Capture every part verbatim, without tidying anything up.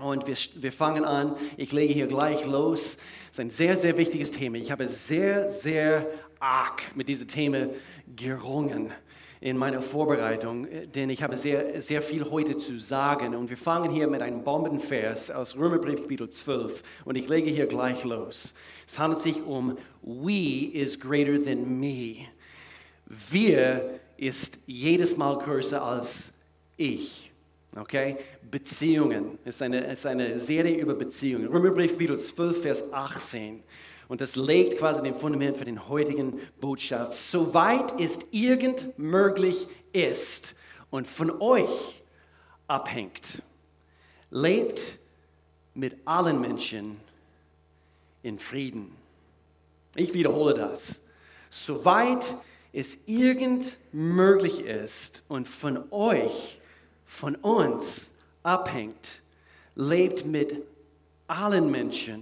Und wir, wir fangen an, ich lege hier gleich los. Es ist ein sehr, sehr wichtiges Thema. Ich habe sehr, sehr arg mit diesem Thema gerungen in meiner Vorbereitung, denn ich habe sehr, sehr viel heute zu sagen. Und wir fangen hier mit einem Bombenvers aus Römerbrief Kapitel zwölf und ich lege hier gleich los. Es handelt sich um We is greater than me. Wir ist jedes Mal größer als ich. Okay? Beziehungen. Es ist eine, es ist eine Serie über Beziehungen. Römerbrief Kapitel zwölf, Vers achtzehn. Und das legt quasi den Fundament für den heutigen Botschaft. Soweit es irgend möglich ist und von euch abhängt, lebt mit allen Menschen in Frieden. Ich wiederhole das. Soweit es irgend möglich ist und von euch, von uns abhängt, lebt mit allen Menschen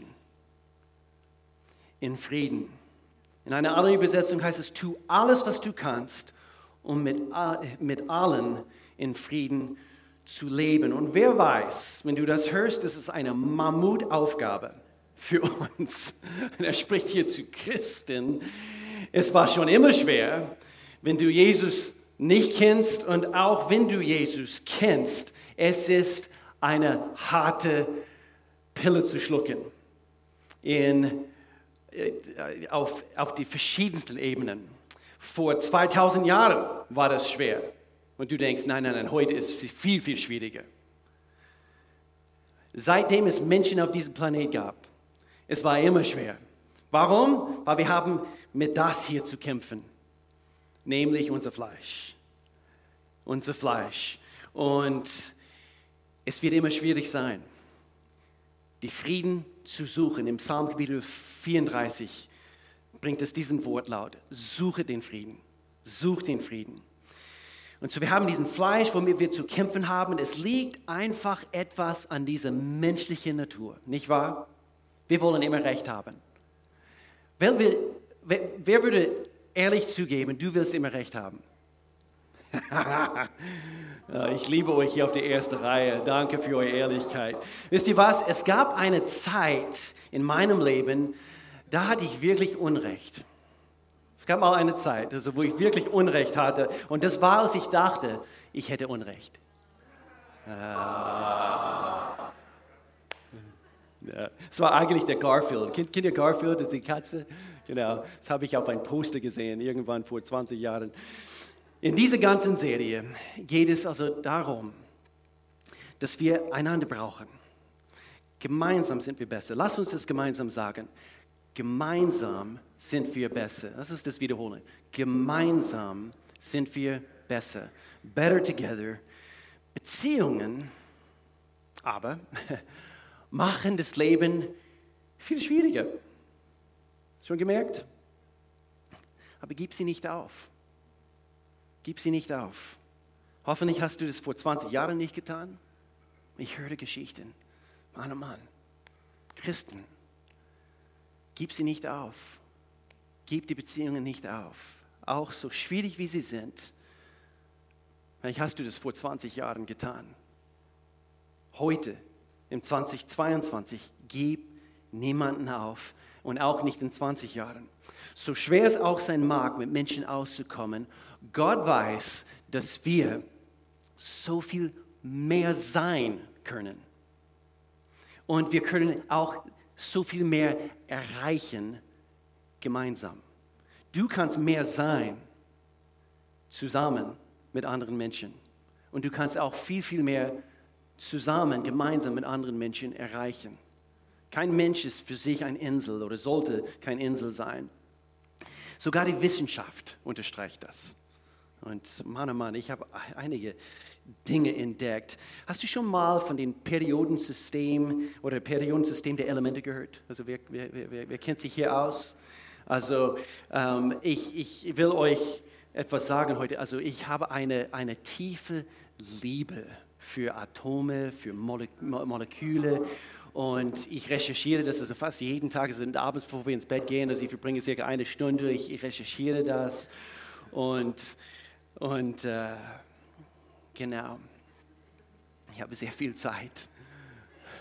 in Frieden. In einer anderen Übersetzung heißt es, tu alles, was du kannst, um mit, mit allen in Frieden zu leben. Und wer weiß, wenn du das hörst, das ist eine Mammutaufgabe für uns. Und er spricht hier zu Christen. Es war schon immer schwer, wenn du Jesus nicht kennst und auch wenn du Jesus kennst, es ist eine harte Pille zu schlucken. In Auf, auf die verschiedensten Ebenen. Vor zweitausend Jahren war das schwer. Und du denkst, nein, nein, nein, heute ist es viel, viel schwieriger. Seitdem es Menschen auf diesem Planet gab, es war immer schwer. Warum? Weil wir haben mit das hier zu kämpfen, nämlich unser Fleisch. Unser Fleisch. Und es wird immer schwierig sein, die Frieden zu suchen. Im Psalm Kapitel vierunddreißig bringt es diesen Wortlaut: Suche den Frieden, such den Frieden. Und so, wir haben diesen Fleisch, womit wir zu kämpfen haben. Es liegt einfach etwas an dieser menschlichen Natur, nicht wahr? Wir wollen immer Recht haben. Wer, will, wer, wer würde ehrlich zugeben, du willst immer Recht haben? Ich liebe euch hier auf der ersten Reihe. Danke für eure Ehrlichkeit. Wisst ihr was? Es gab eine Zeit in meinem Leben, da hatte ich wirklich Unrecht. Es gab mal eine Zeit, also wo ich wirklich Unrecht hatte. Und das war, als ich dachte, ich hätte Unrecht. Ah. Ja, es war eigentlich der Garfield. Kennt, kennt ihr Garfield? Das ist die Katze. Genau, das habe ich auf einem Poster gesehen, irgendwann vor zwanzig Jahren. In dieser ganzen Serie geht es also darum, dass wir einander brauchen. Gemeinsam sind wir besser. Lass uns das gemeinsam sagen. Gemeinsam sind wir besser. Lass uns das wiederholen. Gemeinsam sind wir besser. Better together. Beziehungen aber machen das Leben viel schwieriger. Schon gemerkt? Aber gib sie nicht auf. Gib sie nicht auf. Hoffentlich hast du das vor zwanzig Jahren nicht getan. Ich höre Geschichten. Mann, oh Mann. Christen, gib sie nicht auf. Gib die Beziehungen nicht auf. Auch so schwierig wie sie sind. Vielleicht hast du das vor zwanzig Jahren getan. Heute, im zweitausendzweiundzwanzig, gib niemanden auf. Und auch nicht in zwanzig Jahren. So schwer es auch sein mag, mit Menschen auszukommen, Gott weiß, dass wir so viel mehr sein können. Und wir können auch so viel mehr erreichen gemeinsam. Du kannst mehr sein zusammen mit anderen Menschen. Und du kannst auch viel, viel mehr zusammen, gemeinsam mit anderen Menschen erreichen. Kein Mensch ist für sich eine Insel oder sollte keine Insel sein. Sogar die Wissenschaft unterstreicht das. Und Mann, oh Mann, ich habe einige Dinge entdeckt. Hast du schon mal von dem Periodensystem oder Periodensystem der Elemente gehört? Also wer, wer, wer, wer kennt sich hier aus? Also ähm, ich, ich will euch etwas sagen heute. Also ich habe eine, eine tiefe Liebe für Atome, für Mole- Moleküle. Und ich recherchiere das also fast jeden Tag, also abends, bevor wir ins Bett gehen, also ich verbringe circa eine Stunde, ich, ich recherchiere das und, und äh, genau, ich habe sehr viel Zeit.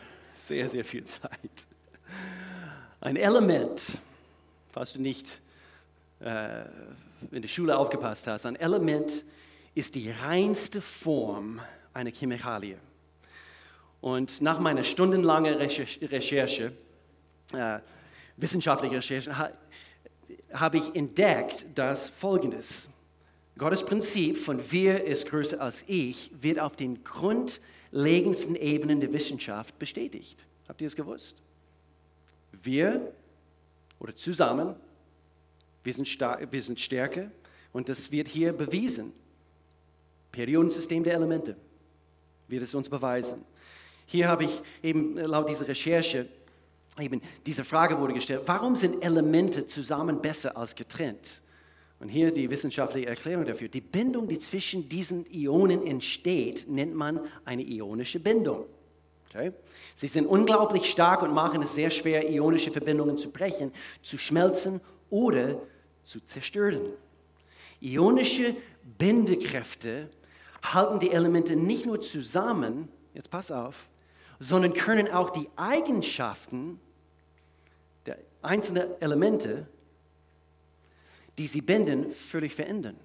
Sehr, sehr viel Zeit. Ein Element, falls du nicht äh, in der Schule aufgepasst hast, ein Element ist die reinste Form einer Chemikalie. Und nach meiner stundenlangen Recherche, Recherche äh, wissenschaftliche Recherche, ha, habe ich entdeckt, dass Folgendes: Gottes Prinzip von wir ist größer als ich wird auf den grundlegendsten Ebenen der Wissenschaft bestätigt. Habt ihr es gewusst? Wir oder zusammen, wir sind, star- wir sind stärker und das wird hier bewiesen. Periodensystem der Elemente wird es uns beweisen. Hier habe ich eben laut dieser Recherche, eben diese Frage wurde gestellt, warum sind Elemente zusammen besser als getrennt? Und hier die wissenschaftliche Erklärung dafür. Die Bindung, die zwischen diesen Ionen entsteht, nennt man eine ionische Bindung. Okay? Sie sind unglaublich stark und machen es sehr schwer, ionische Verbindungen zu brechen, zu schmelzen oder zu zerstören. Ionische Bindekräfte halten die Elemente nicht nur zusammen, jetzt pass auf, sondern können auch die Eigenschaften der einzelnen Elemente, die sie binden, völlig verändern.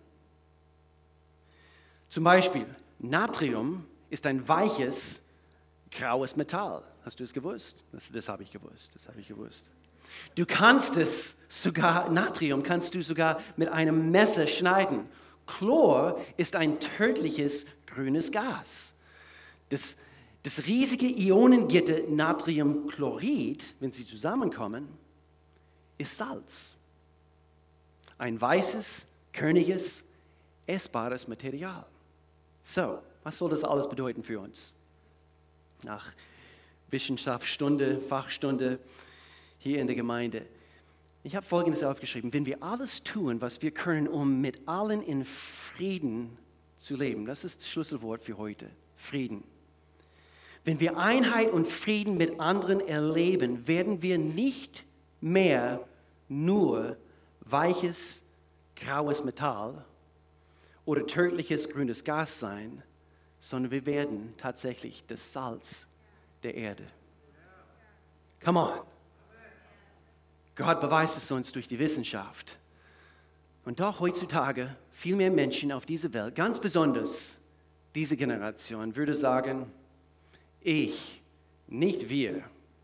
Zum Beispiel, Natrium ist ein weiches, graues Metall. Hast du es gewusst? Das, das habe ich gewusst, das habe ich gewusst. Du kannst es sogar, Natrium kannst du sogar mit einem Messer schneiden. Chlor ist ein tödliches grünes Gas. Das, das riesige Ionengitter Natriumchlorid, wenn sie zusammenkommen, ist Salz. Ein weißes, körniges, essbares Material. So, was soll das alles bedeuten für uns? Nach Wissenschaftsstunde, Fachstunde hier in der Gemeinde. Ich habe Folgendes aufgeschrieben: Wenn wir alles tun, was wir können, um mit allen in Frieden zu leben, das ist das Schlüsselwort für heute, Frieden. Wenn wir Einheit und Frieden mit anderen erleben, werden wir nicht mehr nur weiches, graues Metall oder tödliches grünes Gas sein, sondern wir werden tatsächlich das Salz der Erde. Come on. Gott beweist es uns durch die Wissenschaft. Und doch heutzutage viel mehr Menschen auf dieser Welt, ganz besonders diese Generation, würde sagen, ich, nicht wir.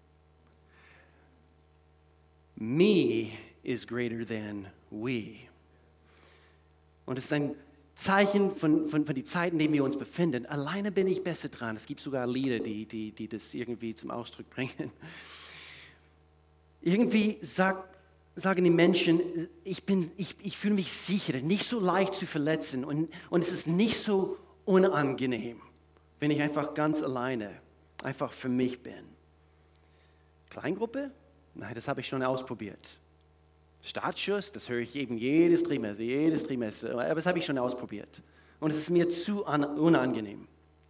Me is greater than we. Und es ist ein Zeichen von, von, von den Zeiten, in denen wir uns befinden. Alleine bin ich besser dran. Es gibt sogar Lieder, die, die, die das irgendwie zum Ausdruck bringen. Irgendwie sagt, sagen die Menschen, ich, bin, ich, ich fühle mich sicher, nicht so leicht zu verletzen und, und es ist nicht so unangenehm, wenn ich einfach ganz alleine, einfach für mich bin. Kleingruppe? Nein, das habe ich schon ausprobiert. Startschuss, das höre ich eben jedes Trimester, jedes Trimester, aber das habe ich schon ausprobiert. Und es ist mir zu unangenehm.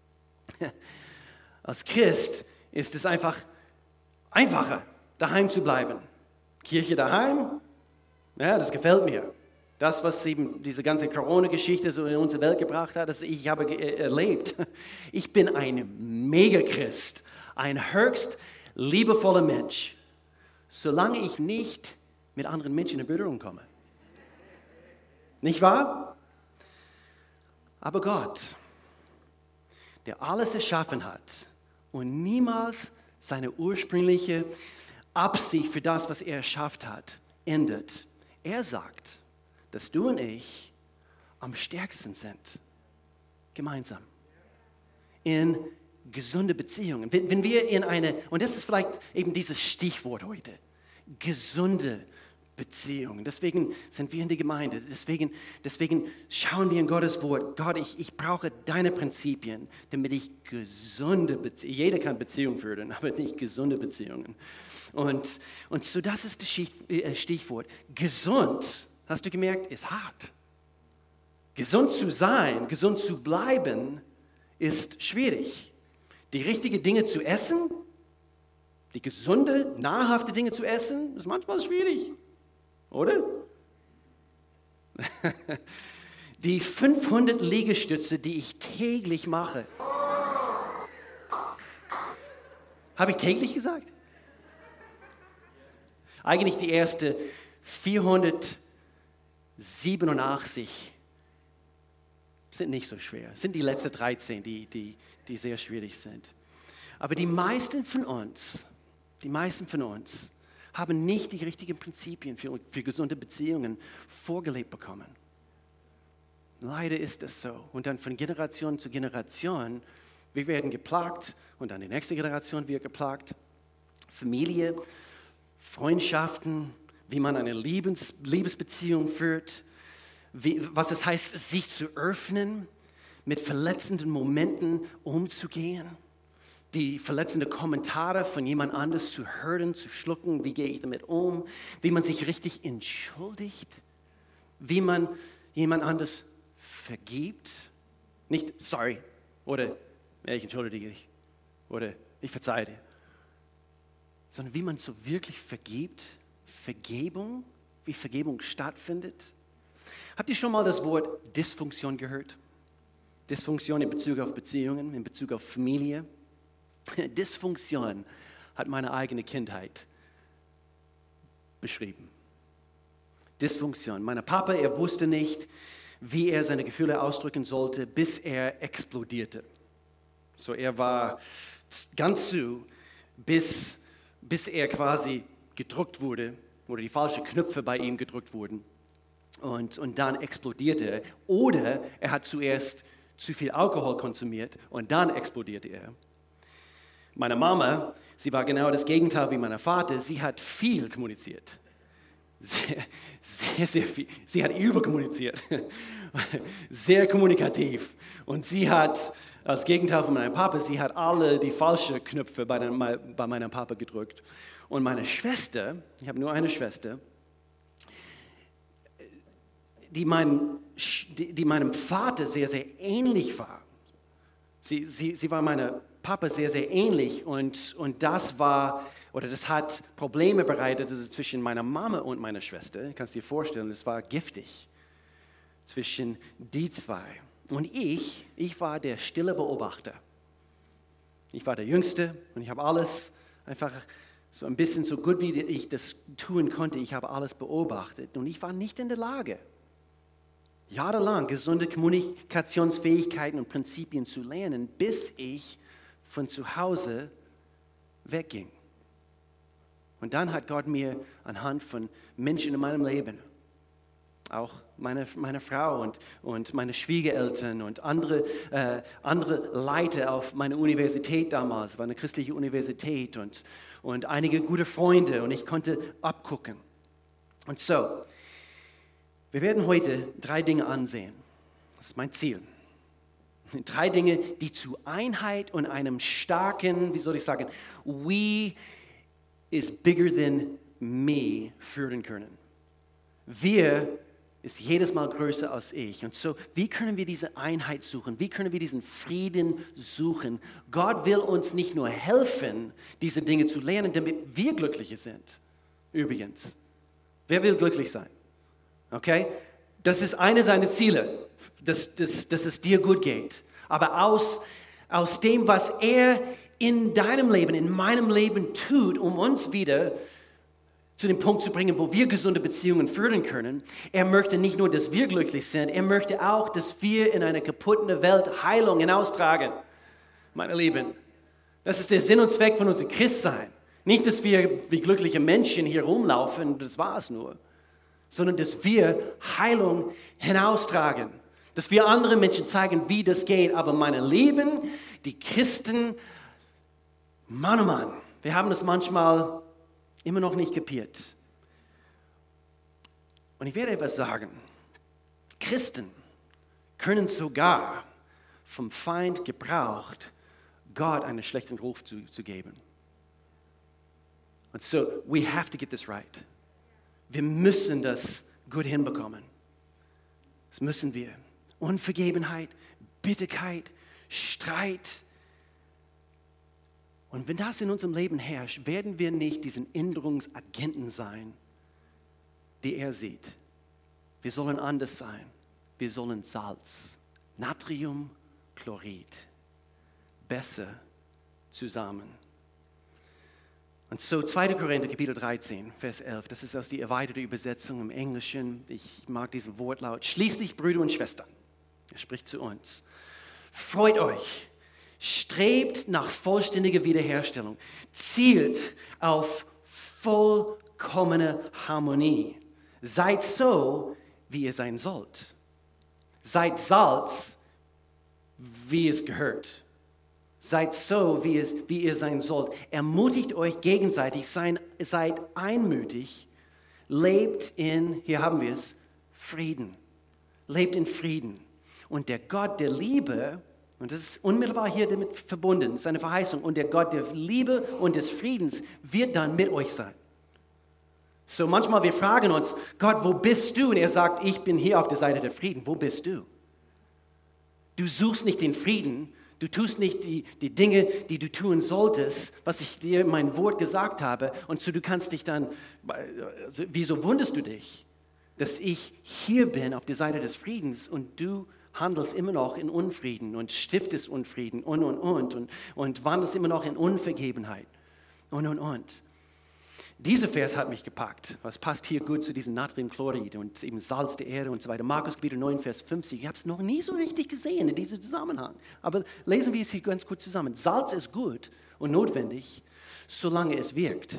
Als Christ ist es einfach einfacher, daheim zu bleiben. Kirche daheim, ja, das gefällt mir. Das, was eben diese ganze Corona-Geschichte so in unsere Welt gebracht hat, das ich habe ge- erlebt. Ich bin ein Megachrist, ein höchst liebevoller Mensch, solange ich nicht mit anderen Menschen in Berührung komme. Nicht wahr? Aber Gott, der alles erschaffen hat und niemals seine ursprüngliche Absicht für das, was er erschafft hat, ändert. Er sagt, dass du und ich am stärksten sind, gemeinsam, in gesunde Beziehungen. Wenn, wenn wir in eine, und das ist vielleicht eben dieses Stichwort heute, gesunde Beziehungen. Deswegen sind wir in der Gemeinde. Deswegen, deswegen schauen wir in Gottes Wort. Gott, ich, ich brauche deine Prinzipien, damit ich gesunde Beziehungen, jeder kann Beziehungen führen, aber nicht gesunde Beziehungen. Und, und so das ist das Stichwort. Gesund, hast du gemerkt, ist hart. Gesund zu sein, gesund zu bleiben, ist schwierig. Die richtigen Dinge zu essen, die gesunde, nahrhafte Dinge zu essen, ist manchmal schwierig, oder? Die fünfhundert Liegestütze, die ich täglich mache. Habe ich täglich gesagt? Eigentlich die erste vierhundertsiebenundachtzig sind nicht so schwer. Es sind die letzten dreizehn, die, die, die sehr schwierig sind. Aber die meisten von uns, die meisten von uns haben nicht die richtigen Prinzipien für, für gesunde Beziehungen vorgelebt bekommen. Leider ist es so. Und dann von Generation zu Generation, wir werden geplagt und dann die nächste Generation wird geplagt. Familie, Freundschaften, wie man eine Liebes, Liebesbeziehung führt, wie, was es heißt, sich zu öffnen, mit verletzenden Momenten umzugehen, die verletzenden Kommentare von jemand anderes zu hören, zu schlucken, wie gehe ich damit um, wie man sich richtig entschuldigt, wie man jemand anderes vergibt, nicht sorry oder ich entschuldige dich oder ich verzeihe dir, sondern wie man so wirklich vergibt, Vergebung, wie Vergebung stattfindet. Habt ihr schon mal das Wort Dysfunktion gehört? Dysfunktion in Bezug auf Beziehungen, in Bezug auf Familie. Dysfunktion hat meine eigene Kindheit beschrieben. Dysfunktion. Mein Papa, er wusste nicht, wie er seine Gefühle ausdrücken sollte, bis er explodierte. So, er war ganz zu, bis, bis er quasi gedrückt wurde oder die falschen Knöpfe bei ihm gedrückt wurden und, und dann explodierte er. Oder er hat zuerst zu viel Alkohol konsumiert und dann explodierte er. Meine Mama, sie war genau das Gegenteil wie mein Vater, sie hat viel kommuniziert. Sehr, sehr, sehr viel. Sie hat überkommuniziert. Sehr kommunikativ. Und sie hat, als Gegenteil von meinem Papa, sie hat alle die falschen Knöpfe bei, den, bei meinem Papa gedrückt. Und meine Schwester, ich habe nur eine Schwester, die, mein, die, die meinem Vater sehr, sehr ähnlich war. Sie, sie, sie war meinem Papa sehr, sehr ähnlich und, und das war, oder das hat Probleme bereitet also zwischen meiner Mama und meiner Schwester. Du kannst dir vorstellen, es war giftig zwischen die zwei. Und ich, ich war der stille Beobachter. Ich war der Jüngste und ich habe alles einfach so ein bisschen so gut, wie ich das tun konnte, ich habe alles beobachtet und ich war nicht in der Lage, jahrelang gesunde Kommunikationsfähigkeiten und Prinzipien zu lernen, bis ich von zu Hause wegging. Und dann hat Gott mir anhand von Menschen in meinem Leben, auch meine, meine Frau und, und meine Schwiegereltern und andere, äh, andere Leiter auf meiner Universität damals, war eine christliche Universität und, und einige gute Freunde und ich konnte abgucken. Und so, wir werden heute drei Dinge ansehen. Das ist mein Ziel. Drei Dinge, die zu Einheit und einem starken, wie soll ich sagen, we is bigger than me führen können. Wir ist jedes Mal größer als ich. Und so, wie können wir diese Einheit suchen? Wie können wir diesen Frieden suchen? Gott will uns nicht nur helfen, diese Dinge zu lernen, damit wir glücklicher sind. Übrigens, wer will glücklich sein? Okay? Das ist eine seiner Ziele, dass, dass, dass es dir gut geht. Aber aus, aus dem, was er in deinem Leben, in meinem Leben tut, um uns wieder zu dem Punkt zu bringen, wo wir gesunde Beziehungen führen können, er möchte nicht nur, dass wir glücklich sind, er möchte auch, dass wir in einer kaputten Welt Heilung hinaustragen. Meine Lieben, das ist der Sinn und Zweck von unserem Christsein. Nicht, dass wir wie glückliche Menschen hier rumlaufen, das war es nur, sondern dass wir Heilung hinaustragen. Dass wir anderen Menschen zeigen, wie das geht. Aber meine Lieben, die Christen, Mann, oh Mann, wir haben das manchmal immer noch nicht kapiert. Und ich werde etwas sagen. Christen können sogar vom Feind gebraucht, Gott einen schlechten Ruf zu, zu geben. Und so, we have to get this right. Wir müssen das gut hinbekommen. Das müssen wir. Unvergebenheit, Bitterkeit, Streit. Und wenn das in unserem Leben herrscht, werden wir nicht diesen Änderungsagenten sein, die er sieht. Wir sollen anders sein. Wir sollen Salz, Natriumchlorid, besser zusammen. Und so zweiter Korinther, Kapitel dreizehn, Vers elf, das ist aus der erweiterten Übersetzung im Englischen. Ich mag diesen Wortlaut. Schließlich, Brüder und Schwestern, er spricht zu uns, freut euch, strebt nach vollständiger Wiederherstellung, zielt auf vollkommene Harmonie. Seid so, wie ihr sein sollt. Seid Salz, wie es gehört. Seid so, wie, es, wie ihr sein sollt. Ermutigt euch gegenseitig, seid, seid einmütig, lebt in, hier haben wir es, Frieden. Lebt in Frieden. Und der Gott der Liebe, und das ist unmittelbar hier damit verbunden, das ist eine Verheißung, und der Gott der Liebe und des Friedens wird dann mit euch sein. So manchmal wir fragen uns, Gott, wo bist du? Und er sagt, ich bin hier auf der Seite der Frieden. Wo bist du? Du suchst nicht den Frieden, du tust nicht die, die Dinge, die du tun solltest, was ich dir in mein Wort gesagt habe. Und so du kannst dich dann, also, wieso wunderst du dich, dass ich hier bin auf der Seite des Friedens und du handelst immer noch in Unfrieden und stiftest Unfrieden und, und, und, und, und wandelst immer noch in Unvergebenheit und, und, und. Dieser Vers hat mich gepackt. Was passt hier gut zu diesem Natriumchlorid und eben Salz der Erde und so weiter. Markus Kapitel neun, Vers fünfzig. Ich habe es noch nie so richtig gesehen in diesem Zusammenhang. Aber lesen wir es hier ganz kurz zusammen. Salz ist gut und notwendig, solange es wirkt.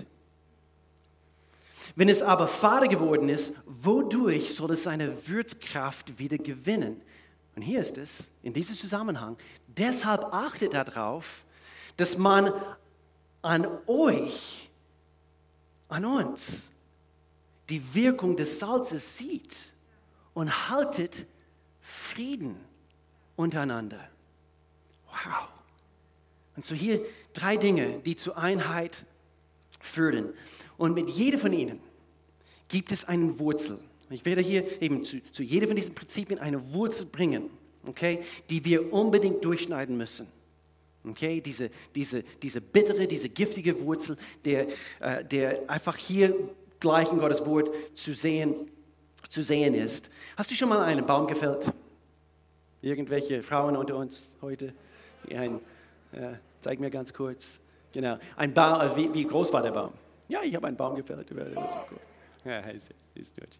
Wenn es aber fade geworden ist, wodurch soll es seine Würzkraft wieder gewinnen? Und hier ist es, in diesem Zusammenhang, deshalb achtet darauf, dass man an euch an uns die Wirkung des Salzes sieht und haltet Frieden untereinander. Wow. Und so hier drei Dinge, die zur Einheit führen. Und mit jeder von ihnen gibt es eine Wurzel. Ich werde hier eben zu, zu jedem von diesen Prinzipien eine Wurzel bringen, okay, die wir unbedingt durchschneiden müssen. Okay, diese, diese, diese bittere, diese giftige Wurzel, der, äh, der einfach hier gleich in Gottes Wort zu sehen, zu sehen ist. Hast du schon mal einen Baum gefällt? Irgendwelche Frauen unter uns heute? Ein, äh, zeig mir ganz kurz. Genau. Ein Baum, also wie, wie groß war der Baum? Ja, ich habe einen Baum gefällt. Der war so groß. Ja, ist, ist gut, ja.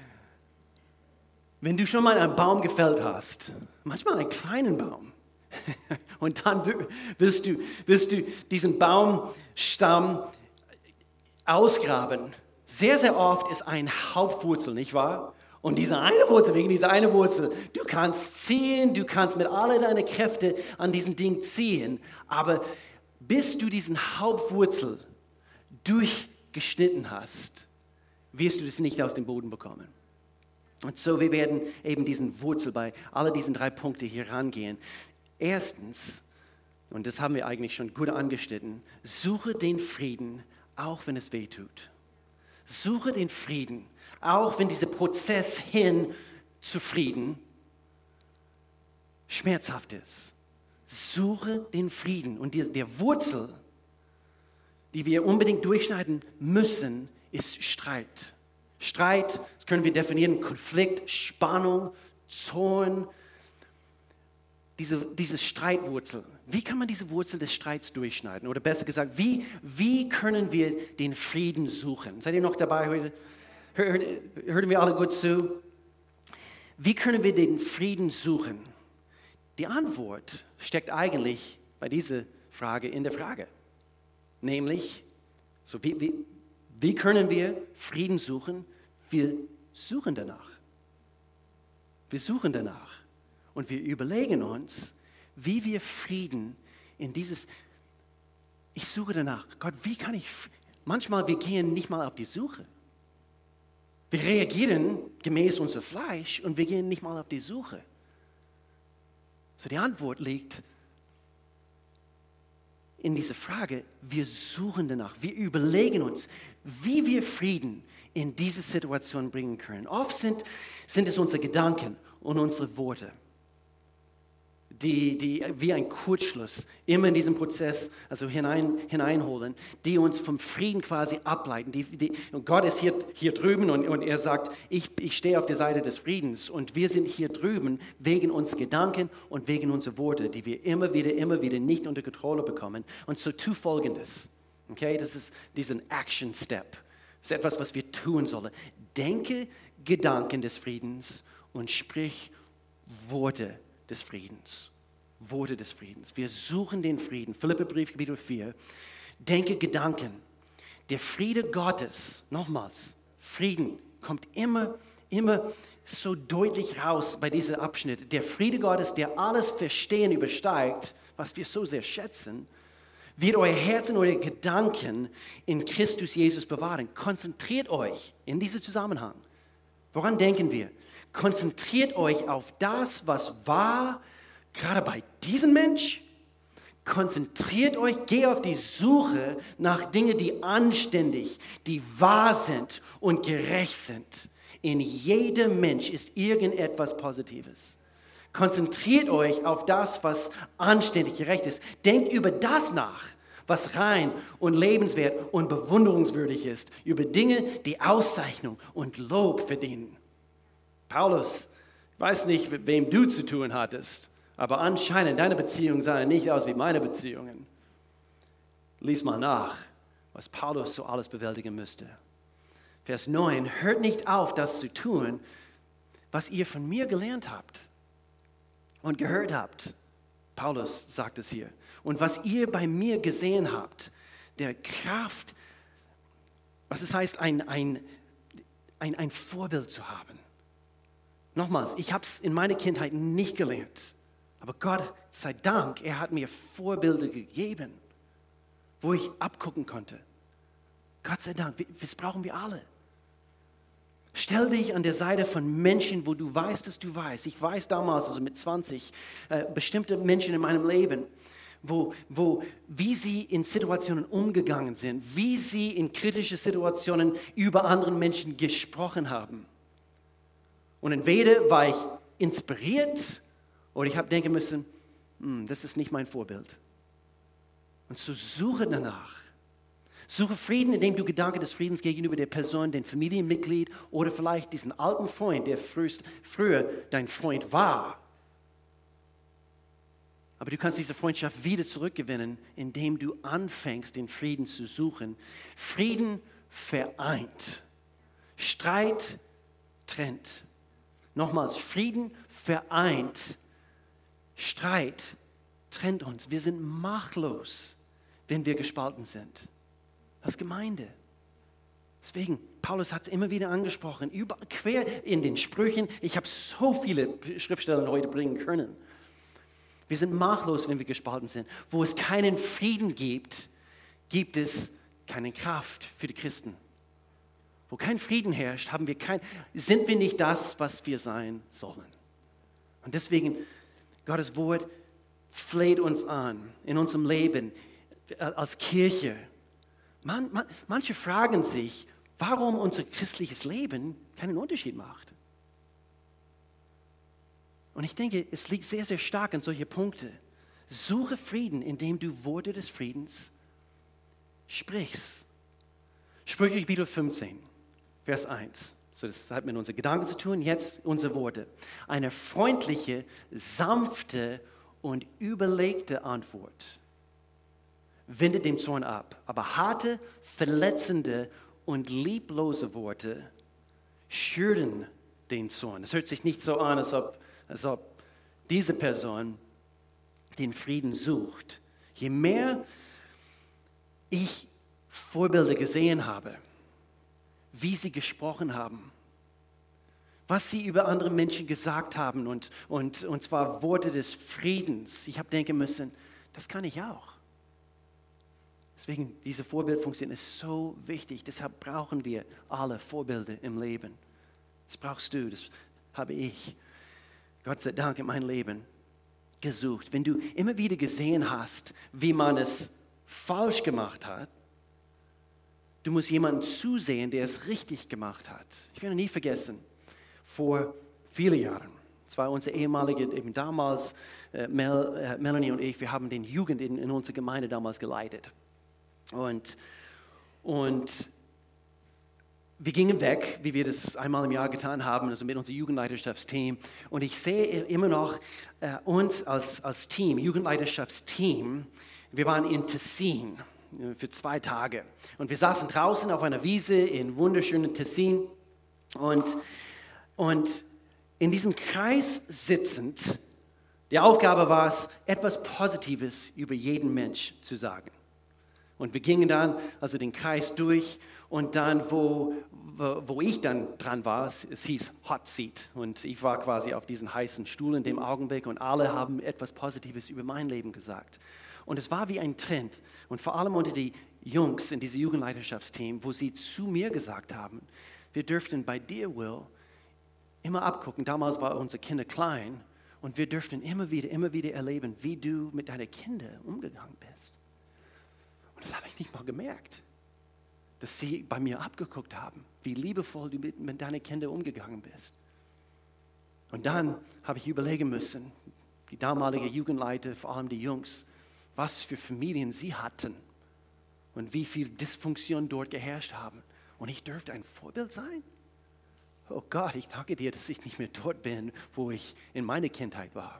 Wenn du schon mal einen Baum gefällt hast, manchmal einen kleinen Baum, und dann willst du, willst du diesen Baumstamm ausgraben. Sehr, sehr oft ist ein Hauptwurzel, nicht wahr? Und diese eine Wurzel, wegen dieser eine Wurzel, du kannst ziehen, du kannst mit all deinen Kräften an diesem Ding ziehen, aber bis du diesen Hauptwurzel durchgeschnitten hast, wirst du das nicht aus dem Boden bekommen. Und so, wir werden eben diesen Wurzel bei all diesen drei Punkten hier rangehen. Erstens, und das haben wir eigentlich schon gut angeschnitten, suche den Frieden, auch wenn es weh tut. Suche den Frieden, auch wenn dieser Prozess hin zu Frieden schmerzhaft ist. Suche den Frieden. Und die, der Wurzel, die wir unbedingt durchschneiden müssen, ist Streit. Streit, das können wir definieren, Konflikt, Spannung, Zorn, Diese, diese Streitwurzel, wie kann man diese Wurzel des Streits durchschneiden? Oder besser gesagt, wie, wie können wir den Frieden suchen? Seid ihr noch dabei heute? Hör, hören wir alle gut zu? Wie können wir den Frieden suchen? Die Antwort steckt eigentlich bei dieser Frage in der Frage. Nämlich, so wie, wie, wie können wir Frieden suchen? Wir suchen danach. Wir suchen danach. Und wir überlegen uns, wie wir Frieden in dieses, ich suche danach, Gott, wie kann ich, manchmal wir gehen nicht mal auf die Suche. Wir reagieren gemäß unser Fleisch und wir gehen nicht mal auf die Suche. So die Antwort liegt in dieser Frage, wir suchen danach, wir überlegen uns, wie wir Frieden in diese Situation bringen können. Oft sind, sind es unsere Gedanken und unsere Worte, die, die wie ein Kurzschluss immer in diesen Prozess also hinein, hineinholen, die uns vom Frieden quasi ableiten. Die, die, und Gott ist hier, hier drüben und, und er sagt, ich, ich stehe auf der Seite des Friedens und wir sind hier drüben wegen unserer Gedanken und wegen unserer Worte, die wir immer wieder, immer wieder nicht unter Kontrolle bekommen. Und so tu Folgendes. Okay, das ist diesen Action Step. Das ist etwas, was wir tun sollen. Denke Gedanken des Friedens und sprich Worte des Friedens. Worte des Friedens. Wir suchen den Frieden. Philipperbrief, Kapitel vier. Denke Gedanken. Der Friede Gottes, nochmals, Frieden kommt immer, immer so deutlich raus bei diesem Abschnitt. Der Friede Gottes, der alles Verstehen übersteigt, was wir so sehr schätzen, wird euer Herz und eure Gedanken in Christus Jesus bewahren. Konzentriert euch in diesem Zusammenhang. Woran denken wir? Konzentriert euch auf das, was war, gerade bei diesem Mensch. Konzentriert euch, geht auf die Suche nach Dingen, die anständig, die wahr sind und gerecht sind. In jedem Mensch ist irgendetwas Positives. Konzentriert euch auf das, was anständig, gerecht ist. Denkt über das nach, was rein und lebenswert und bewunderungswürdig ist. Über Dinge, die Auszeichnung und Lob verdienen. Paulus, ich weiß nicht, mit wem du zu tun hattest, aber anscheinend deine Beziehungen sahen nicht aus wie meine Beziehungen. Lies mal nach, was Paulus so alles bewältigen müsste. Vers neun, hört nicht auf, das zu tun, was ihr von mir gelernt habt und gehört habt. Paulus sagt es hier. Und was ihr bei mir gesehen habt, der Kraft, was es heißt, ein, ein, ein, ein Vorbild zu haben. Nochmals, ich habe es in meiner Kindheit nicht gelernt. Aber Gott sei Dank, er hat mir Vorbilder gegeben, wo ich abgucken konnte. Gott sei Dank, das brauchen wir alle. Stell dich an der Seite von Menschen, wo du weißt, dass du weißt. Ich weiß damals, also mit zwanzig, äh, bestimmte Menschen in meinem Leben, wo, wo, wie sie in Situationen umgegangen sind, wie sie in kritischen Situationen über andere Menschen gesprochen haben. Und entweder war ich inspiriert oder ich habe denken müssen, hm, das ist nicht mein Vorbild. Und so suche danach. Suche Frieden, indem du Gedanken des Friedens gegenüber der Person, dem Familienmitglied oder vielleicht diesen alten Freund, der frühst, früher dein Freund war. Aber du kannst diese Freundschaft wieder zurückgewinnen, indem du anfängst, den Frieden zu suchen. Frieden vereint. Streit trennt. Nochmals, Frieden vereint. Streit trennt uns. Wir sind machtlos, wenn wir gespalten sind. Als Gemeinde. Deswegen, Paulus hat es immer wieder angesprochen, über, quer in den Sprüchen. Ich habe so viele Schriftstellen heute bringen können. Wir sind machtlos, wenn wir gespalten sind. Wo es keinen Frieden gibt, gibt es keine Kraft für die Christen. Wo kein Frieden herrscht, haben wir kein, sind wir nicht das, was wir sein sollen. Und deswegen, Gottes Wort fleht uns an in unserem Leben als Kirche. Man, man, manche fragen sich, warum unser christliches Leben keinen Unterschied macht. Und ich denke, es liegt sehr, sehr stark an solche Punkte. Suche Frieden, indem du Worte des Friedens sprichst. Sprüche Kapitel fünfzehn, Vers eins. So, das hat mit unseren Gedanken zu tun, jetzt unsere Worte. Eine freundliche, sanfte und überlegte Antwort wendet dem Zorn ab. Aber harte, verletzende und lieblose Worte schüren den Zorn. Es hört sich nicht so an, als ob, als ob diese Person den Frieden sucht. Je mehr ich Vorbilder gesehen habe, wie sie gesprochen haben, was sie über andere Menschen gesagt haben, und, und, und zwar Worte des Friedens. Ich habe denken müssen, das kann ich auch. Deswegen, diese Vorbildfunktion ist so wichtig. Deshalb brauchen wir alle Vorbilder im Leben. Das brauchst du, das habe ich, Gott sei Dank, in meinem Leben gesucht. Wenn du immer wieder gesehen hast, wie man es falsch gemacht hat, du musst jemanden zusehen, der es richtig gemacht hat. Ich werde nie vergessen, vor vielen Jahren, das war unsere ehemalige, eben damals, äh, Mel, äh, Melanie und ich, wir haben den Jugend in, in unserer Gemeinde damals geleitet. Und, und wir gingen weg, wie wir das einmal im Jahr getan haben, also mit unserem Jugendleiterschaftsteam. Und ich sehe immer noch äh, uns als, als Team, Jugendleiterschaftsteam, wir waren in Tessin. äh, für zwei Tage. Und wir saßen draußen auf einer Wiese in wunderschönen Tessin und, und in diesem Kreis sitzend, die Aufgabe war es, etwas Positives über jeden Mensch zu sagen. Und wir gingen dann also den Kreis durch und dann, wo, wo, wo ich dann dran war, es, es hieß Hot Seat. Und ich war quasi auf diesem heißen Stuhl in dem Augenblick und alle haben etwas Positives über mein Leben gesagt. Und es war wie ein Trend. Und vor allem unter die Jungs in diesem Jugendleiterschaftsteam, wo sie zu mir gesagt haben, wir dürften bei dir, Will, immer abgucken. Damals waren unsere Kinder klein. Und wir dürften immer wieder, immer wieder erleben, wie du mit deinen Kindern umgegangen bist. Und das habe ich nicht mal gemerkt, dass sie bei mir abgeguckt haben, wie liebevoll du mit, mit deinen Kindern umgegangen bist. Und dann habe ich überlegen müssen, die damalige Jugendleiter, vor allem die Jungs, was für Familien sie hatten und wie viel Dysfunktion dort geherrscht haben. Und ich dürfte ein Vorbild sein? Oh Gott, ich danke dir, dass ich nicht mehr dort bin, wo ich in meiner Kindheit war.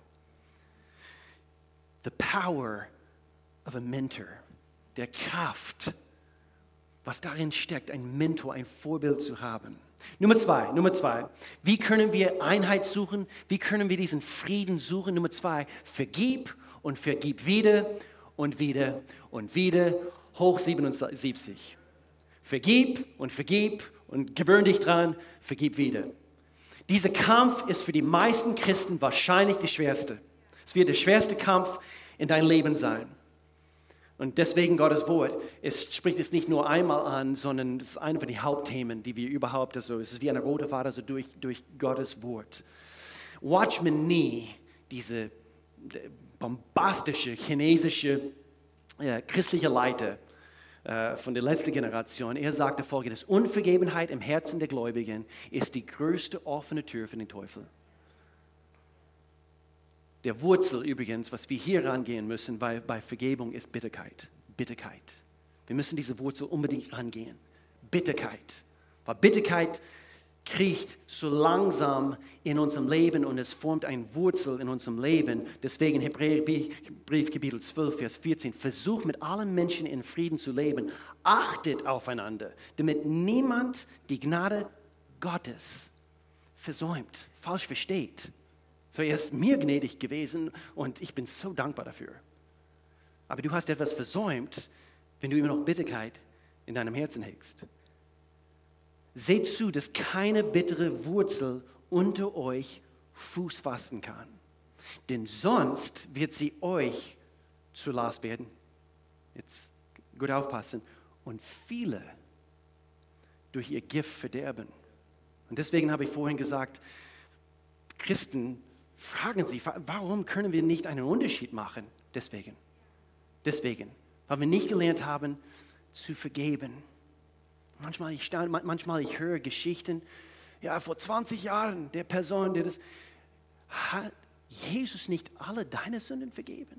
The power of a mentor, der Kraft, was darin steckt, ein Mentor, ein Vorbild zu haben. Nummer zwei, Nummer zwei, wie können wir Einheit suchen? Wie können wir diesen Frieden suchen? Nummer zwei, vergib und vergib wieder und wieder und wieder, hoch siebenundsiebzig. Vergib und vergib und gewöhn dich dran, vergib wieder. Dieser Kampf ist für die meisten Christen wahrscheinlich der schwerste. Es wird der schwerste Kampf in deinem Leben sein. Und deswegen Gottes Wort, es spricht es nicht nur einmal an, sondern es ist eine von den Hauptthemen, die wir überhaupt, also es ist wie eine rote Faden also durch, durch Gottes Wort. Watchmen nie diese bombastische chinesische äh, christliche Leiter von der letzten Generation. Er sagte Folgendes: Unvergebenheit im Herzen der Gläubigen ist die größte offene Tür für den Teufel. Der Wurzel übrigens, was wir hier rangehen müssen bei, bei Vergebung, ist Bitterkeit. Bitterkeit. Wir müssen diese Wurzel unbedingt rangehen. Bitterkeit. Weil Bitterkeit kriecht so langsam in unserem Leben und es formt eine Wurzel in unserem Leben. Deswegen Hebräerbrief Kapitel zwölf, Vers vierzehn. Versucht mit allen Menschen in Frieden zu leben. Achtet aufeinander, damit niemand die Gnade Gottes versäumt, falsch versteht. So, er ist mir gnädig gewesen und ich bin so dankbar dafür. Aber du hast etwas versäumt, wenn du immer noch Bitterkeit in deinem Herzen hegst. Seht zu, dass keine bittere Wurzel unter euch Fuß fassen kann. Denn sonst wird sie euch zur Last werden. Jetzt gut aufpassen. Und viele durch ihr Gift verderben. Und deswegen habe ich vorhin gesagt, Christen fragen sich, warum können wir nicht einen Unterschied machen? Deswegen. Deswegen. Weil wir nicht gelernt haben, zu vergeben. Manchmal ich, staune, manchmal ich höre Geschichten, ja, vor zwanzig Jahren, der Person, der das, hat Jesus nicht alle deine Sünden vergeben?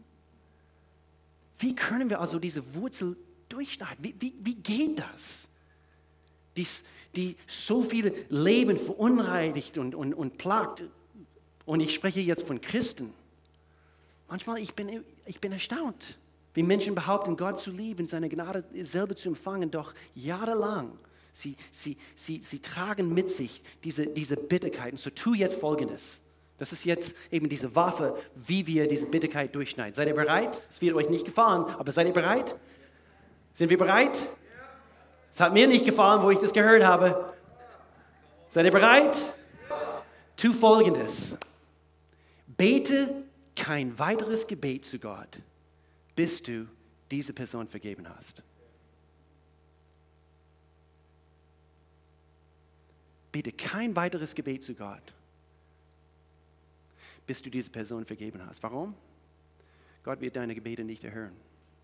Wie können wir also diese Wurzel durchschneiden? Wie, wie, wie geht das? Dies, die so viele Leben verunreinigt und, und, und plagt. Und ich spreche jetzt von Christen. Manchmal ich bin ich bin erstaunt. Wie Menschen behaupten, Gott zu lieben, seine Gnade selber zu empfangen, doch jahrelang, sie, sie, sie, sie tragen mit sich diese, diese Bitterkeit. Und so tu jetzt Folgendes. Das ist jetzt eben diese Waffe, wie wir diese Bitterkeit durchschneiden. Seid ihr bereit? Es wird euch nicht gefallen, aber seid ihr bereit? Sind wir bereit? Es hat mir nicht gefallen, wo ich das gehört habe. Seid ihr bereit? Tu Folgendes. Bete kein weiteres Gebet zu Gott, bis du diese Person vergeben hast. Bitte kein weiteres Gebet zu Gott, bis du diese Person vergeben hast. Warum? Gott wird deine Gebete nicht erhören.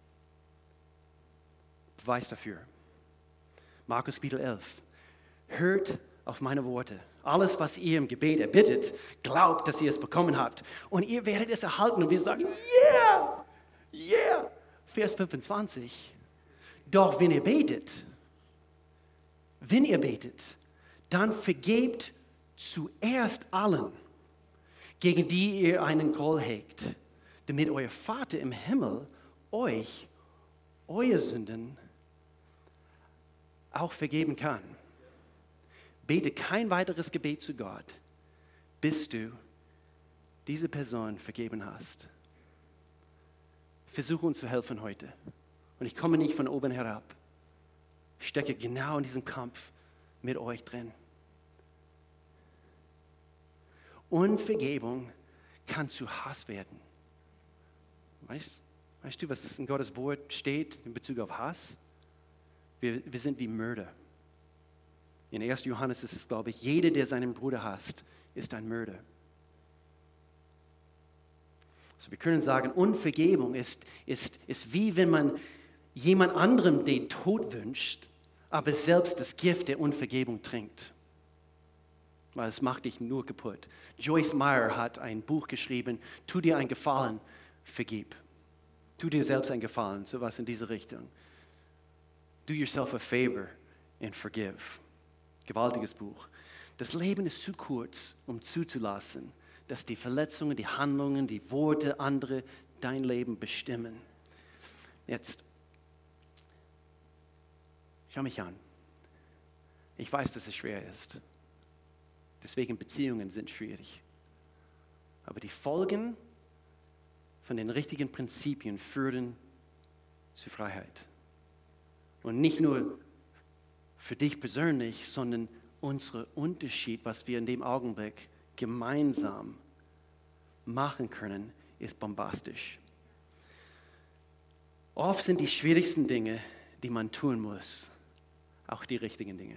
Beweis dafür. Markus Kapitel elf. Hört auf meine Worte. Alles, was ihr im Gebet erbittet, glaubt, dass ihr es bekommen habt. Und ihr werdet es erhalten. Und wir sagen, yeah! Yeah! Vers fünfundzwanzig. Doch wenn ihr betet, wenn ihr betet, dann vergebt zuerst allen, gegen die ihr einen Groll hegt, damit euer Vater im Himmel euch eure Sünden auch vergeben kann. Bete kein weiteres Gebet zu Gott, bis du diese Person vergeben hast. Versuche uns zu helfen heute. Und ich komme nicht von oben herab. Ich stecke genau in diesem Kampf mit euch drin. Unvergebung kann zu Hass werden. Weißt, weißt du, was in Gottes Wort steht in Bezug auf Hass? Wir, wir sind wie Mörder. In ersten Johannes ist es, glaube ich, jeder, der seinen Bruder hasst, ist ein Mörder. Also wir können sagen, Unvergebung ist, ist, ist wie wenn man jemand anderem den Tod wünscht, aber selbst das Gift der Unvergebung trinkt. Weil es macht dich nur kaputt. Joyce Meyer hat ein Buch geschrieben, Tu dir einen Gefallen, vergib. Tu dir selbst einen Gefallen, sowas in diese Richtung. Do yourself a favor and forgive. Gewaltiges Buch. Das Leben ist zu kurz, um zuzulassen, dass die Verletzungen, die Handlungen, die Worte andere dein Leben bestimmen. Jetzt, schau mich an. Ich weiß, dass es schwer ist. Deswegen Beziehungen sind schwierig. Aber die Folgen von den richtigen Prinzipien führen zu Freiheit. Und nicht nur für dich persönlich, sondern unser Unterschied, was wir in dem Augenblick gemeinsam machen können, ist bombastisch. Oft sind die schwierigsten Dinge, die man tun muss, auch die richtigen Dinge.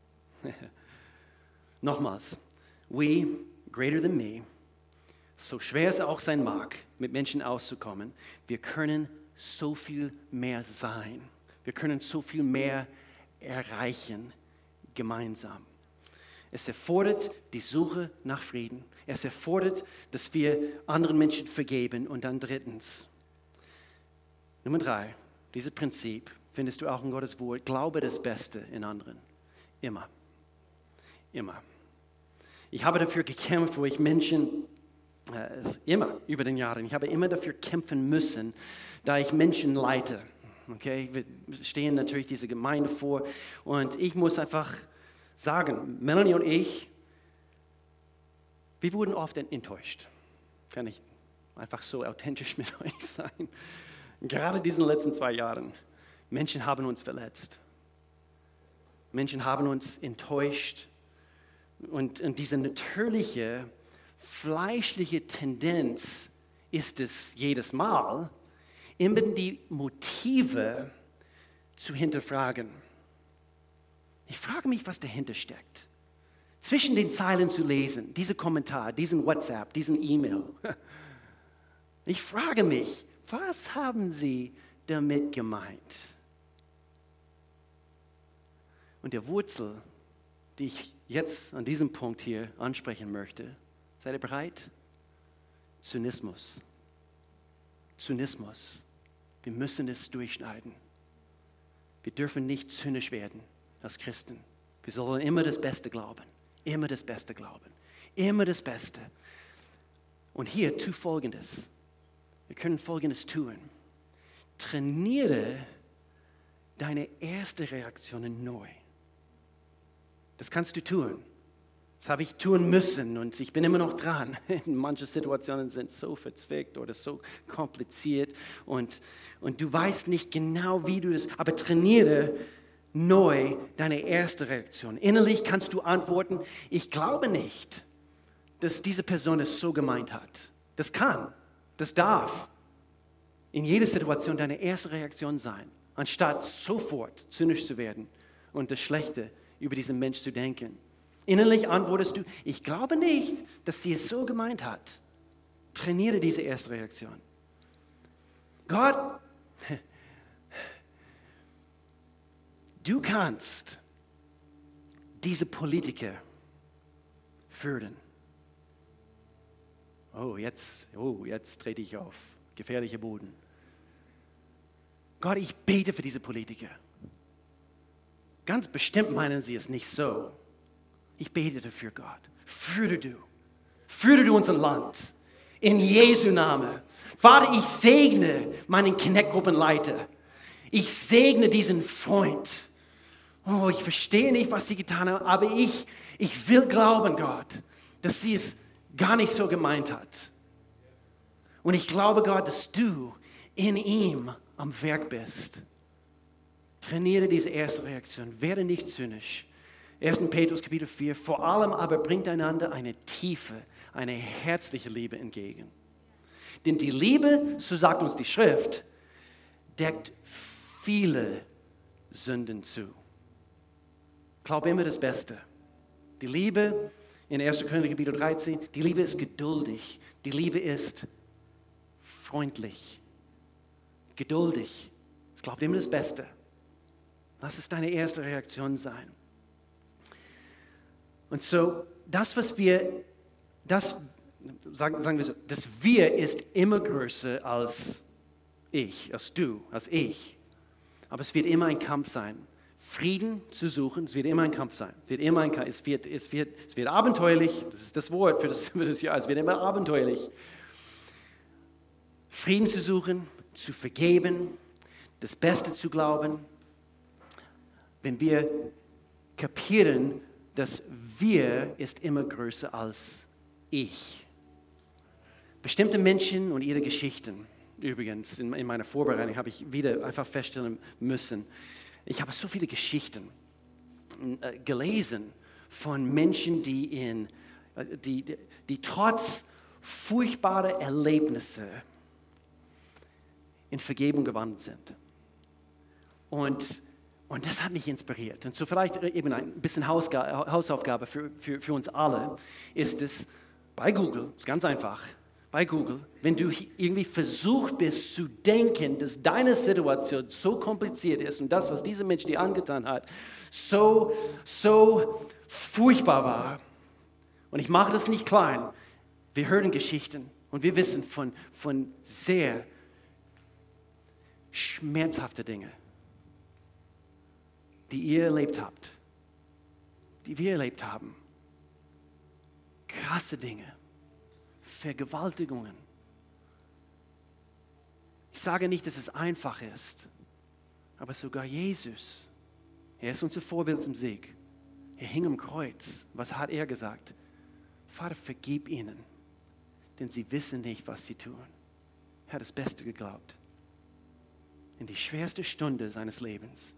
Nochmals, we, greater than me, so schwer es auch sein mag, mit Menschen auszukommen, wir können so viel mehr sein. Wir können so viel mehr erreichen gemeinsam. Es erfordert die Suche nach Frieden. Es erfordert, dass wir anderen Menschen vergeben. Und dann drittens, Nummer drei, dieses Prinzip findest du auch in Gottes Wort. Glaube das Beste in anderen. Immer. Immer. Ich habe dafür gekämpft, wo ich Menschen, äh, immer über den Jahren, ich habe immer dafür kämpfen müssen, da ich Menschen leite. Okay, wir stehen natürlich diese Gemeinde vor und ich muss einfach sagen, Melanie und ich, wir wurden oft enttäuscht. Kann ich einfach so authentisch mit euch sein. Gerade diesen letzten zwei Jahren. Menschen haben uns verletzt. Menschen haben uns enttäuscht. Und, und diese natürliche, fleischliche Tendenz ist es jedes Mal, immer die Motive zu hinterfragen. Ich frage mich, was dahinter steckt. Zwischen den Zeilen zu lesen, diese Kommentar, diesen WhatsApp, diesen E-Mail. Ich frage mich, was haben Sie damit gemeint? Und der Wurzel, die ich jetzt an diesem Punkt hier ansprechen möchte, seid ihr bereit? Zynismus. Zynismus. Wir müssen es durchschneiden. Wir dürfen nicht zynisch werden als Christen. Wir sollen immer das Beste glauben. Immer das Beste glauben. Immer das Beste. Und hier tu Folgendes. Wir können Folgendes tun. Trainiere deine erste Reaktion neu. Das kannst du tun. Das habe ich tun müssen und ich bin immer noch dran. Manche Situationen sind so verzwickt oder so kompliziert und, und du weißt nicht genau, wie du das, aber trainiere neu deine erste Reaktion. Innerlich kannst du antworten, ich glaube nicht, dass diese Person es so gemeint hat. Das kann, das darf in jeder Situation deine erste Reaktion sein, anstatt sofort zynisch zu werden und das Schlechte über diesen Mensch zu denken. Innerlich antwortest du, ich glaube nicht, dass sie es so gemeint hat. Trainiere diese erste Reaktion. Gott, du kannst diese Politiker führen. Oh, jetzt, oh, jetzt trete ich auf gefährlicher Boden. Gott, ich bete für diese Politiker. Ganz bestimmt meinen sie es nicht so. Ich bete dafür, Gott. Führe du. Führe du unser Land. In Jesu Namen. Vater, ich segne meinen Connect-Gruppenleiter. Ich segne diesen Freund. Oh, ich verstehe nicht, was sie getan haben, aber ich, ich will glauben, Gott, dass sie es gar nicht so gemeint hat. Und ich glaube, Gott, dass du in ihm am Werk bist. Trainiere diese erste Reaktion. Werde nicht zynisch. erster. Petrus Kapitel vier. Vor allem aber bringt einander eine tiefe, eine herzliche Liebe entgegen. Denn die Liebe, so sagt uns die Schrift, deckt viele Sünden zu. Glaube immer das Beste. Die Liebe in erster. Könige Kapitel dreizehn, die Liebe ist geduldig. Die Liebe ist freundlich. Geduldig. Es glaubt immer das Beste. Lass es deine erste Reaktion sein. Und so, das, was wir, das, sagen, sagen wir so, das Wir ist immer größer als ich, als du, als ich. Aber es wird immer ein Kampf sein. Frieden zu suchen, es wird immer ein Kampf sein. Es wird immer ein Kampf, es wird, es wird, es wird abenteuerlich, das ist das Wort für das, für das Jahr, es wird immer abenteuerlich. Frieden zu suchen, zu vergeben, das Beste zu glauben. Wenn wir kapieren, dass wir ist immer größer als ich. Bestimmte Menschen und ihre Geschichten, übrigens, in, in meiner Vorbereitung habe ich wieder einfach feststellen müssen, ich habe so viele Geschichten äh, gelesen von Menschen, die, in, äh, die, die, die trotz furchtbarer Erlebnisse in Vergebung gewandelt sind. Und, und das hat mich inspiriert. Und so vielleicht eben ein bisschen Hausga- Hausaufgabe für, für, für uns alle ist es, bei Google, ist ganz einfach, bei Google, wenn du irgendwie versucht bist zu denken, dass deine Situation so kompliziert ist und das, was dieser Mensch dir angetan hat, so, so furchtbar war. Und ich mache das nicht klein. Wir hören Geschichten und wir wissen von, von sehr schmerzhaften Dingen, die ihr erlebt habt, die wir erlebt haben. Krasse Dinge. Vergewaltigungen. Ich sage nicht, dass es einfach ist, aber sogar Jesus, er ist unser Vorbild zum Sieg. Er hing am Kreuz. Was hat er gesagt? Vater, vergib ihnen, denn sie wissen nicht, was sie tun. Er hat das Beste geglaubt. In die schwerste Stunde seines Lebens.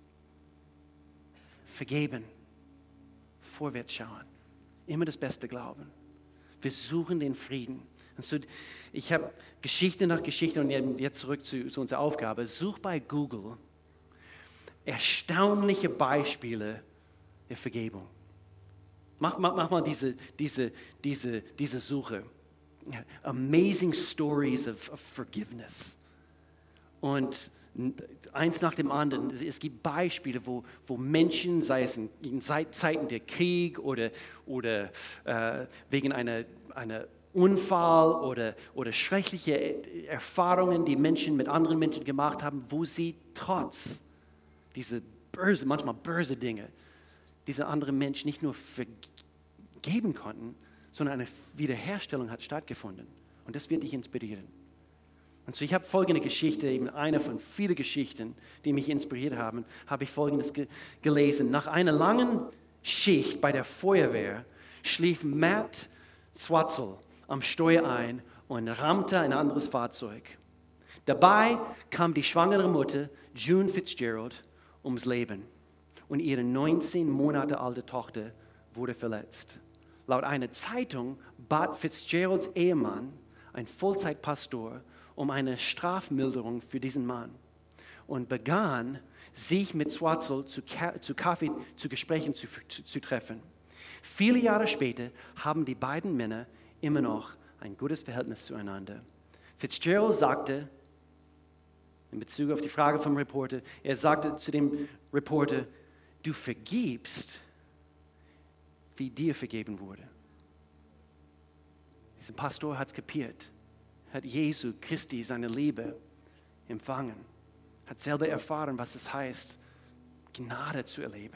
Vergeben, vorwärts schauen, immer das Beste glauben. Wir suchen den Frieden. Und so, ich habe Geschichte nach Geschichte und jetzt zurück zu, zu unserer Aufgabe. Such bei Google erstaunliche Beispiele der Vergebung. Mach, mach, mach mal diese, diese, diese, diese Suche. Amazing Stories of, of Forgiveness. Und eins nach dem anderen. Es gibt Beispiele, wo, wo Menschen, sei es in, in Zeiten der Krieg oder, oder äh, wegen einer, einer Unfall oder, oder schreckliche Erfahrungen, die Menschen mit anderen Menschen gemacht haben, wo sie trotz dieser böse, manchmal böse Dinge, diese anderen Menschen nicht nur vergeben konnten, sondern eine Wiederherstellung hat stattgefunden. Und das wird dich inspirieren. Und so, ich habe folgende Geschichte, eben eine von vielen Geschichten, die mich inspiriert haben, habe ich Folgendes ge- gelesen. Nach einer langen Schicht bei der Feuerwehr schlief Matt Swatzel am Steuer ein und rammte ein anderes Fahrzeug. Dabei kam die schwangere Mutter, June Fitzgerald, ums Leben und ihre neunzehn Monate alte Tochter wurde verletzt. Laut einer Zeitung bat Fitzgeralds Ehemann, ein Vollzeitpastor, um eine Strafmilderung für diesen Mann und begann, sich mit Swatzel zu, Ka- zu Kaffee, zu Gesprächen zu, zu, zu treffen. Viele Jahre später haben die beiden Männer immer noch ein gutes Verhältnis zueinander. Fitzgerald sagte, in Bezug auf die Frage vom Reporter, er sagte zu dem Reporter, du vergibst, wie dir vergeben wurde. Dieser Pastor hat es kapiert, hat Jesu Christi seine Liebe empfangen, hat selber erfahren, was es heißt, Gnade zu erleben.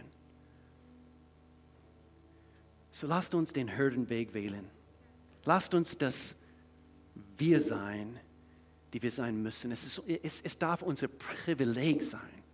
So lasst uns den Hürdenweg wählen. Lasst uns das Wir sein, die wir sein müssen. Es, ist, es, es darf unser Privileg sein,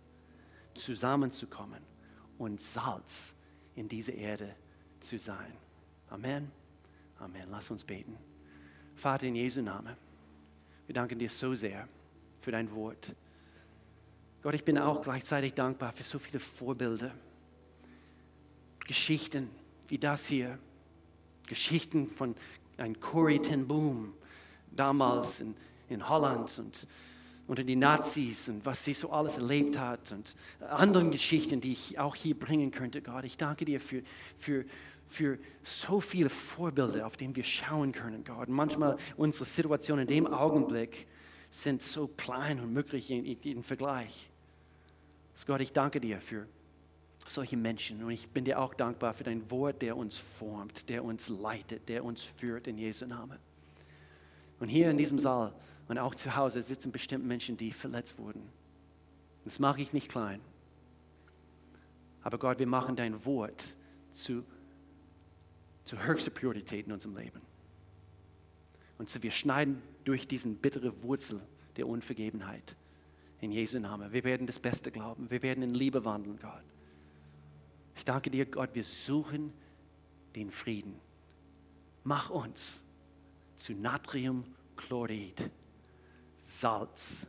zusammenzukommen und Salz in dieser Erde zu sein. Amen. Amen. Lass uns beten. Vater, in Jesu Namen, wir danken dir so sehr für dein Wort. Gott, ich bin auch gleichzeitig dankbar für so viele Vorbilder, Geschichten wie das hier, Geschichten von einem Corrie ten Boom, damals in, in Holland und unter die Nazis und was sie so alles erlebt hat und anderen Geschichten, die ich auch hier bringen könnte, Gott. Ich danke dir für, für, für so viele Vorbilder, auf denen wir schauen können, Gott. Und manchmal unsere Situationen in dem Augenblick sind so klein und möglich im Vergleich. Also Gott, ich danke dir für solche Menschen und ich bin dir auch dankbar für dein Wort, der uns formt, der uns leitet, der uns führt in Jesu Namen. Und hier in diesem Saal und auch zu Hause sitzen bestimmt Menschen, die verletzt wurden. Das mache ich nicht klein. Aber Gott, wir machen dein Wort zu, zu höchster Priorität in unserem Leben. Und so wir schneiden durch diesen bittere Wurzel der Unvergebenheit in Jesu Namen. Wir werden das Beste glauben. Wir werden in Liebe wandeln, Gott. Ich danke dir, Gott, wir suchen den Frieden. Mach uns zu Natriumchlorid, Salz,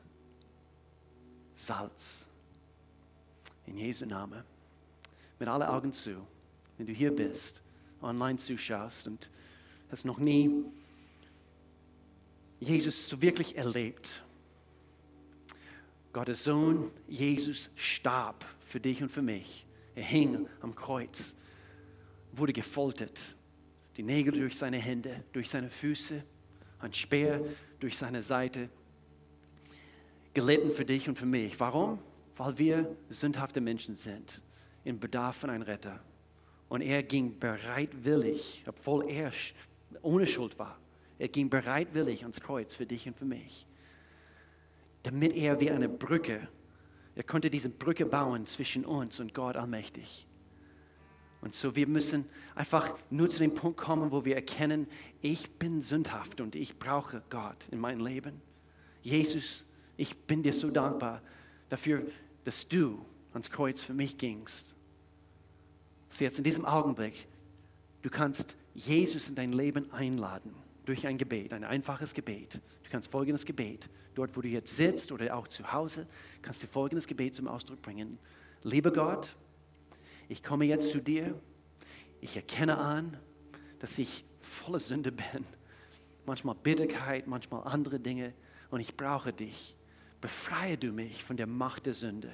Salz. In Jesu Namen. Mit allen Augen zu, wenn du hier bist, online zuschaust und hast noch nie Jesus so wirklich erlebt. Gottes Sohn, Jesus, starb für dich und für mich. Er hing am Kreuz, wurde gefoltert, die Nägel durch seine Hände, durch seine Füße, ein Speer durch seine Seite, gelitten für dich und für mich. Warum? Weil wir sündhafte Menschen sind, in Bedarf von einem Retter. Und er ging bereitwillig, obwohl er ohne Schuld war, er ging bereitwillig ans Kreuz für dich und für mich, damit er wie eine Brücke, er konnte diese Brücke bauen zwischen uns und Gott allmächtig. Und so wir müssen einfach nur zu dem Punkt kommen, wo wir erkennen, ich bin sündhaft und ich brauche Gott in meinem Leben. Jesus, ich bin dir so dankbar dafür, dass du ans Kreuz für mich gingst. So jetzt in diesem Augenblick, du kannst Jesus in dein Leben einladen durch ein Gebet, ein einfaches Gebet. Du kannst folgendes Gebet, dort wo du jetzt sitzt oder auch zu Hause, kannst du folgendes Gebet zum Ausdruck bringen. Lieber Gott, ich komme jetzt zu dir, ich erkenne an, dass ich voller Sünde bin, manchmal Bitterkeit, manchmal andere Dinge und ich brauche dich. Befreie du mich von der Macht der Sünde.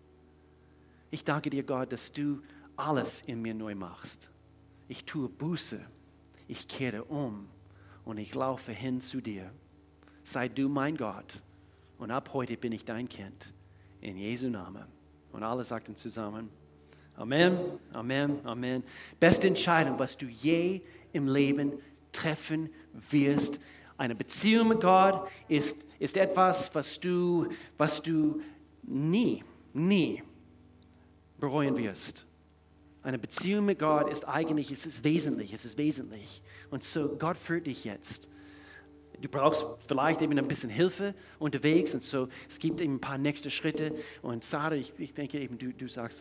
Ich danke dir, Gott, dass du alles in mir neu machst. Ich tue Buße, ich kehre um und ich laufe hin zu dir. Sei du mein Gott und ab heute bin ich dein Kind. In Jesu Namen. Und alle sagten zusammen, Amen, Amen, Amen. Beste Entscheidung, was du je im Leben treffen wirst. Eine Beziehung mit Gott ist, ist etwas, was du, was du nie, nie bereuen wirst. Eine Beziehung mit Gott ist eigentlich, es ist wesentlich, es ist wesentlich. Und so, Gott führt dich jetzt. Du brauchst vielleicht eben ein bisschen Hilfe unterwegs und so, es gibt eben ein paar nächste Schritte. Und Sarah, ich, ich denke eben, du, du sagst,